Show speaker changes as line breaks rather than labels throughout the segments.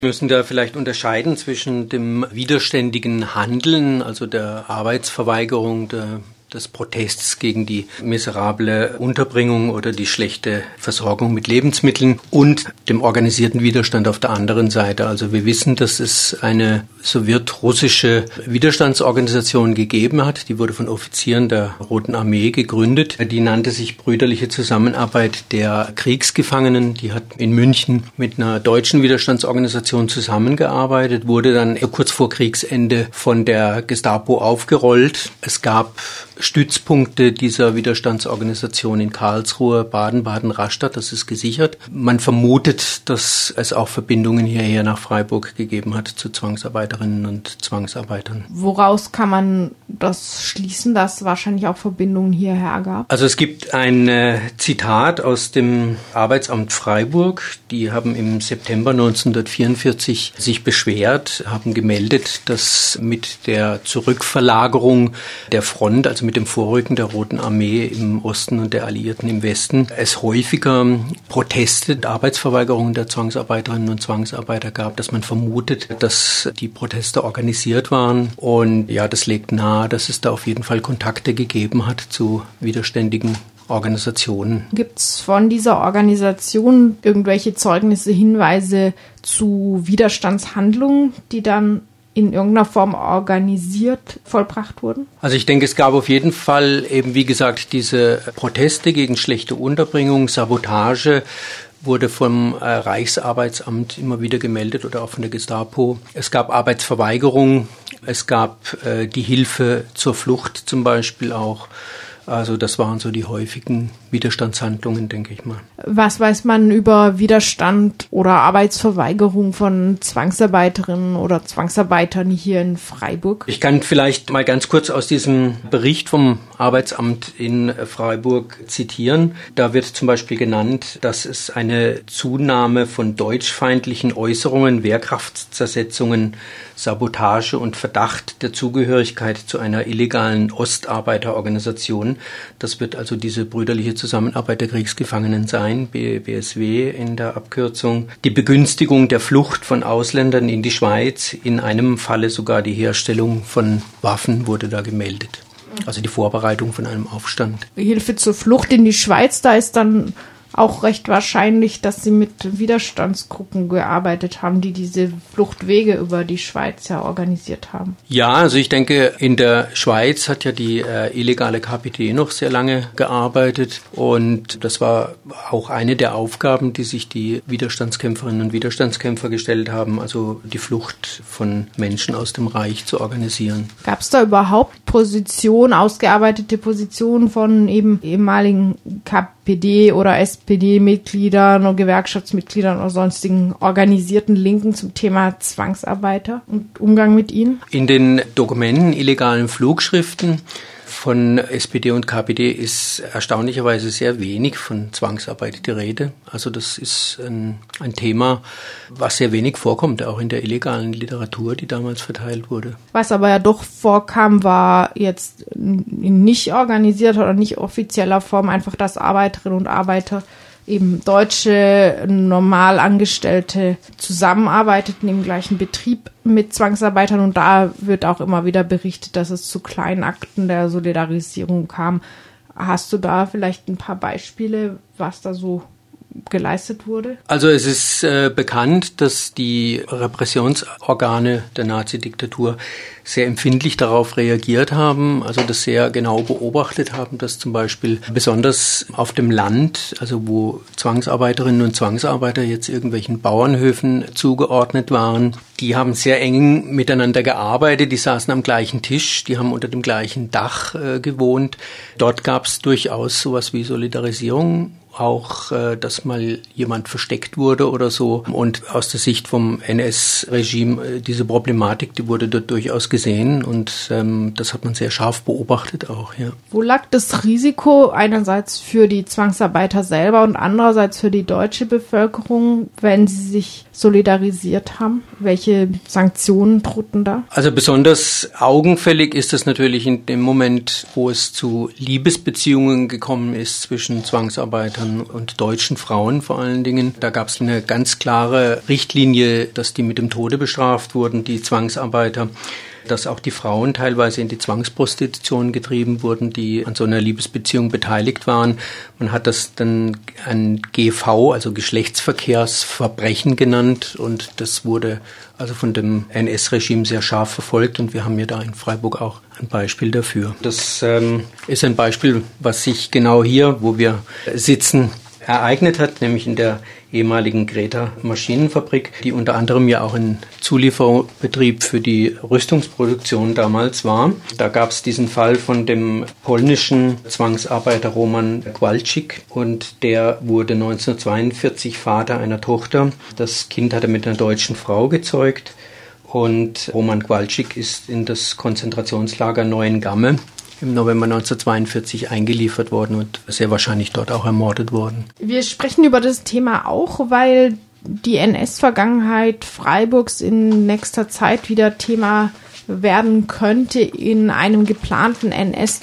Wir müssen da vielleicht unterscheiden zwischen dem widerständigen Handeln, also der Arbeitsverweigerung, des Protests gegen die miserable Unterbringung oder die schlechte Versorgung mit Lebensmitteln und dem organisierten Widerstand auf der anderen Seite. Also wir wissen, dass es eine sowjetrussische Widerstandsorganisation gegeben hat. Die wurde von Offizieren der Roten Armee gegründet. Die nannte sich Brüderliche Zusammenarbeit der Kriegsgefangenen. Die hat in München mit einer deutschen Widerstandsorganisation zusammengearbeitet, wurde dann kurz vor Kriegsende von der Gestapo aufgerollt. Es gab Stützpunkte dieser Widerstandsorganisation in Karlsruhe, Baden-Baden, Rastatt, das ist gesichert. Man vermutet, dass es auch Verbindungen hierher nach Freiburg gegeben hat zu Zwangsarbeiterinnen und Zwangsarbeitern.
Woraus kann man das schließen, dass es wahrscheinlich auch Verbindungen hierher gab?
Also es gibt ein Zitat aus dem Arbeitsamt Freiburg. Die haben im September 1944 sich beschwert, haben gemeldet, dass mit der Zurückverlagerung der Front, also mit dem Vorrücken der Roten Armee im Osten und der Alliierten im Westen, es häufiger Proteste, Arbeitsverweigerungen der Zwangsarbeiterinnen und Zwangsarbeiter gab, dass man vermutet, dass die Proteste organisiert waren. Und ja, das legt nahe, dass es da auf jeden Fall Kontakte gegeben hat zu widerständigen Organisationen.
Gibt es von dieser Organisation irgendwelche Zeugnisse, Hinweise zu Widerstandshandlungen, die dann in irgendeiner Form organisiert vollbracht wurden?
Also ich denke, es gab auf jeden Fall eben, wie gesagt, diese Proteste gegen schlechte Unterbringung, Sabotage, wurde vom Reichsarbeitsamt immer wieder gemeldet oder auch von der Gestapo. Es gab Arbeitsverweigerung, es gab die Hilfe zur Flucht zum Beispiel auch. Also das waren so die häufigen Widerstandshandlungen, denke ich mal.
Was weiß man über Widerstand oder Arbeitsverweigerung von Zwangsarbeiterinnen oder Zwangsarbeitern hier in Freiburg?
Ich kann vielleicht mal ganz kurz aus diesem Bericht vom Arbeitsamt in Freiburg zitieren. Da wird zum Beispiel genannt, dass es eine Zunahme von deutschfeindlichen Äußerungen, Wehrkraftzersetzungen, Sabotage und Verdacht der Zugehörigkeit zu einer illegalen Ostarbeiterorganisation. Das wird also diese brüderliche Zusammenarbeit der Kriegsgefangenen sein, BSW in der Abkürzung. Die Begünstigung der Flucht von Ausländern in die Schweiz, in einem Falle sogar die Herstellung von Waffen wurde da gemeldet. Also die Vorbereitung von einem Aufstand.
Hilfe zur Flucht in die Schweiz, da ist dann auch recht wahrscheinlich, dass sie mit Widerstandsgruppen gearbeitet haben, die diese Fluchtwege über die Schweiz ja organisiert haben.
Ja, also ich denke, in der Schweiz hat ja die illegale KPD noch sehr lange gearbeitet und das war auch eine der Aufgaben, die sich die Widerstandskämpferinnen und Widerstandskämpfer gestellt haben, also die Flucht von Menschen aus dem Reich zu organisieren.
Gab es da überhaupt ausgearbeitete Positionen von eben ehemaligen KPD oder SPD-Mitgliedern und Gewerkschaftsmitgliedern oder sonstigen organisierten Linken zum Thema Zwangsarbeiter und Umgang mit ihnen?
In den Dokumenten, illegalen Flugschriften von SPD und KPD ist erstaunlicherweise sehr wenig von Zwangsarbeit die Rede. Also das ist ein Thema, was sehr wenig vorkommt, auch in der illegalen Literatur, die damals verteilt wurde.
Was aber ja doch vorkam, war jetzt in nicht organisierter oder nicht offizieller Form einfach, dass Arbeiterinnen und Arbeiter, eben deutsche Normalangestellte zusammenarbeiteten im gleichen Betrieb mit Zwangsarbeitern und da wird auch immer wieder berichtet, dass es zu kleinen Akten der Solidarisierung kam. Hast du da vielleicht ein paar Beispiele, was da so geleistet wurde?
Also es ist bekannt, dass die Repressionsorgane der Nazi-Diktatur sehr empfindlich darauf reagiert haben, also das sehr genau beobachtet haben, dass zum Beispiel besonders auf dem Land, also wo Zwangsarbeiterinnen und Zwangsarbeiter jetzt irgendwelchen Bauernhöfen zugeordnet waren, die haben sehr eng miteinander gearbeitet, die saßen am gleichen Tisch, die haben unter dem gleichen Dach gewohnt. Dort gab es durchaus sowas wie Solidarisierung, auch, dass mal jemand versteckt wurde oder so. Und aus der Sicht vom NS-Regime, diese Problematik, die wurde dort durchaus gesehen und das hat man sehr scharf beobachtet auch, ja.
Wo lag das Risiko einerseits für die Zwangsarbeiter selber und andererseits für die deutsche Bevölkerung, wenn sie sich solidarisiert haben? Welche Sanktionen drohten da?
Also besonders augenfällig ist das natürlich in dem Moment, wo es zu Liebesbeziehungen gekommen ist zwischen Zwangsarbeitern Zwangsarbeitern und deutschen Frauen vor allen Dingen. Da gab es eine ganz klare Richtlinie, dass die mit dem Tode bestraft wurden, die Zwangsarbeiter, dass auch die Frauen teilweise in die Zwangsprostitution getrieben wurden, die an so einer Liebesbeziehung beteiligt waren. Man hat das dann ein GV, also Geschlechtsverkehrsverbrechen genannt, und das wurde also von dem NS-Regime sehr scharf verfolgt, und wir haben ja da in Freiburg auch ein Beispiel dafür. Das ist ein Beispiel, was sich genau hier, wo wir sitzen, ereignet hat, nämlich in der ehemaligen Greta Maschinenfabrik, die unter anderem ja auch ein Zulieferbetrieb für die Rüstungsproduktion damals war. Da gab es diesen Fall von dem polnischen Zwangsarbeiter Roman Kowalczyk, und der wurde 1942 Vater einer Tochter. Das Kind hat er mit einer deutschen Frau gezeugt, und Roman Kowalczyk ist in das Konzentrationslager Neuengamme im November 1942 eingeliefert worden und sehr wahrscheinlich dort auch ermordet worden.
Wir sprechen über das Thema auch, weil die NS-Vergangenheit Freiburgs in nächster Zeit wieder Thema werden könnte in einem geplanten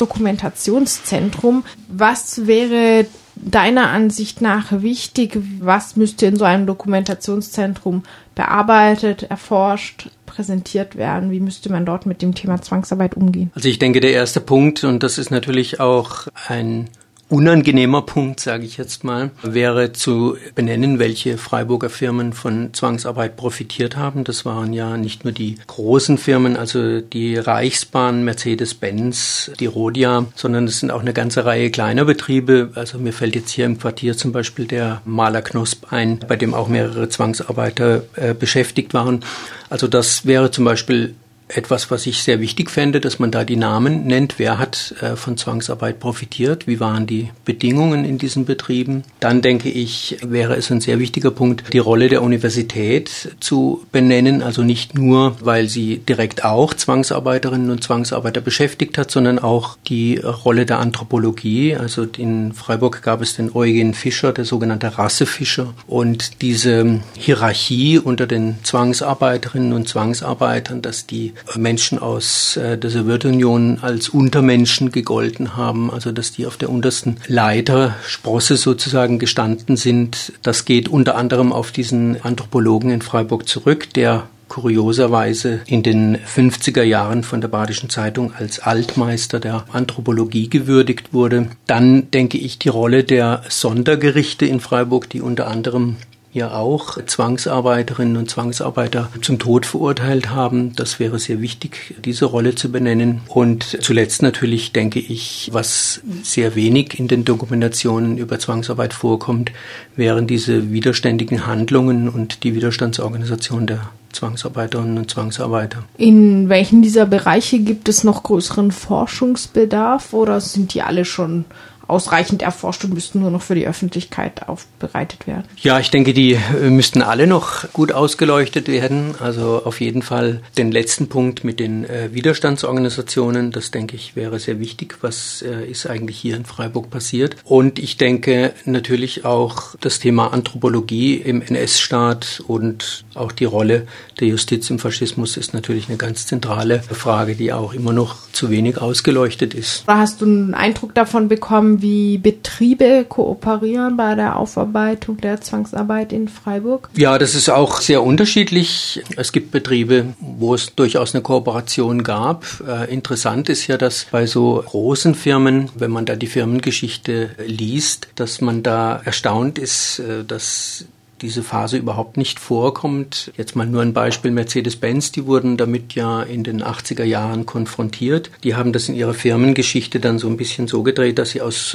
NS-Dokumentationszentrum. Was wäre deiner Ansicht nach wichtig? Was müsste in so einem Dokumentationszentrum bearbeitet, erforscht, präsentiert werden? Wie müsste man dort mit dem Thema Zwangsarbeit umgehen?
Also ich denke, der erste Punkt, und das ist natürlich auch ein unangenehmer Punkt, sage ich jetzt mal, wäre zu benennen, welche Freiburger Firmen von Zwangsarbeit profitiert haben. Das waren ja nicht nur die großen Firmen, also die Reichsbahn, Mercedes-Benz, die Rhodia, sondern es sind auch eine ganze Reihe kleiner Betriebe. Also mir fällt jetzt hier im Quartier zum Beispiel der Maler Knosp ein, bei dem auch mehrere Zwangsarbeiter beschäftigt waren. Also das wäre zum Beispiel etwas, was ich sehr wichtig fände, dass man da die Namen nennt. Wer hat von Zwangsarbeit profitiert? Wie waren die Bedingungen in diesen Betrieben? Dann denke ich, wäre es ein sehr wichtiger Punkt, die Rolle der Universität zu benennen. Also nicht nur, weil sie direkt auch Zwangsarbeiterinnen und Zwangsarbeiter beschäftigt hat, sondern auch die Rolle der Anthropologie. Also in Freiburg gab es den Eugen Fischer, der sogenannte Rassefischer. Und diese Hierarchie unter den Zwangsarbeiterinnen und Zwangsarbeitern, dass die Menschen aus der Sowjetunion als Untermenschen gegolten haben, also dass die auf der untersten Leitersprosse sozusagen gestanden sind. Das geht unter anderem auf diesen Anthropologen in Freiburg zurück, der kurioserweise in den 50er Jahren von der Badischen Zeitung als Altmeister der Anthropologie gewürdigt wurde. Dann denke ich die Rolle der Sondergerichte in Freiburg, die unter anderem ja auch Zwangsarbeiterinnen und Zwangsarbeiter zum Tod verurteilt haben. Das wäre sehr wichtig, diese Rolle zu benennen. Und zuletzt natürlich denke ich, was sehr wenig in den Dokumentationen über Zwangsarbeit vorkommt, wären diese widerständigen Handlungen und die Widerstandsorganisation der Zwangsarbeiterinnen und Zwangsarbeiter.
In welchen dieser Bereiche gibt es noch größeren Forschungsbedarf, oder sind die alle schon ausreichend erforscht und müssten nur noch für die Öffentlichkeit aufbereitet werden?
Ja, ich denke, die müssten alle noch gut ausgeleuchtet werden. Also auf jeden Fall den letzten Punkt mit den Widerstandsorganisationen, das denke ich wäre sehr wichtig. Was ist eigentlich hier in Freiburg passiert? Und ich denke natürlich auch das Thema Anthropologie im NS-Staat und auch die Rolle der Justiz im Faschismus ist natürlich eine ganz zentrale Frage, die auch immer noch zu wenig ausgeleuchtet ist.
Oder hast du einen Eindruck davon bekommen, wie Betriebe kooperieren bei der Aufarbeitung der Zwangsarbeit in Freiburg?
Ja, das ist auch sehr unterschiedlich. Es gibt Betriebe, wo es durchaus eine Kooperation gab. Interessant ist ja, dass bei so großen Firmen, wenn man da die Firmengeschichte liest, dass man da erstaunt ist, dass diese Phase überhaupt nicht vorkommt. Jetzt mal nur ein Beispiel Mercedes-Benz, die wurden damit ja in den 80er Jahren konfrontiert. Die haben das in ihrer Firmengeschichte dann so ein bisschen so gedreht, dass sie aus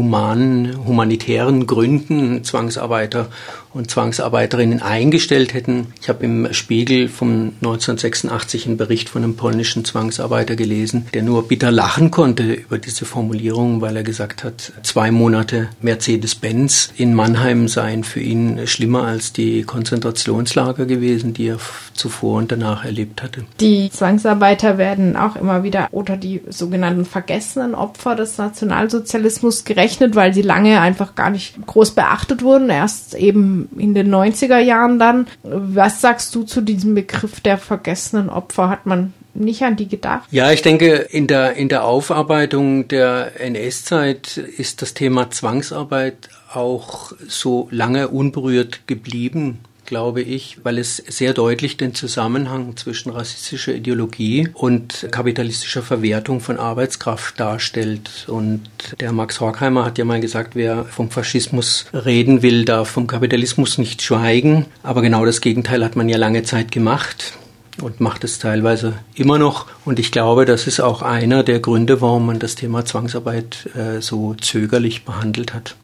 humanitären Gründen Zwangsarbeiter und Zwangsarbeiterinnen eingestellt hätten. Ich habe im Spiegel von 1986 einen Bericht von einem polnischen Zwangsarbeiter gelesen, der nur bitter lachen konnte über diese Formulierung, weil er gesagt hat, 2 Monate Mercedes-Benz in Mannheim seien für ihn schlimmer als die Konzentrationslager gewesen, die er zuvor und danach erlebt hatte.
Die Zwangsarbeiter werden auch immer wieder unter die sogenannten vergessenen Opfer des Nationalsozialismus gerechnet, weil sie lange einfach gar nicht groß beachtet wurden, erst eben in den 90er Jahren dann. Was sagst du zu diesem Begriff der vergessenen Opfer? Hat man nicht an die gedacht?
Ja, ich denke, in der Aufarbeitung der NS-Zeit ist das Thema Zwangsarbeit auch so lange unberührt geblieben, glaube ich, weil es sehr deutlich den Zusammenhang zwischen rassistischer Ideologie und kapitalistischer Verwertung von Arbeitskraft darstellt. Und der Max Horkheimer hat ja mal gesagt, wer vom Faschismus reden will, darf vom Kapitalismus nicht schweigen. Aber genau das Gegenteil hat man ja lange Zeit gemacht und macht es teilweise immer noch. Und ich glaube, das ist auch einer der Gründe, warum man das Thema Zwangsarbeit so zögerlich behandelt hat.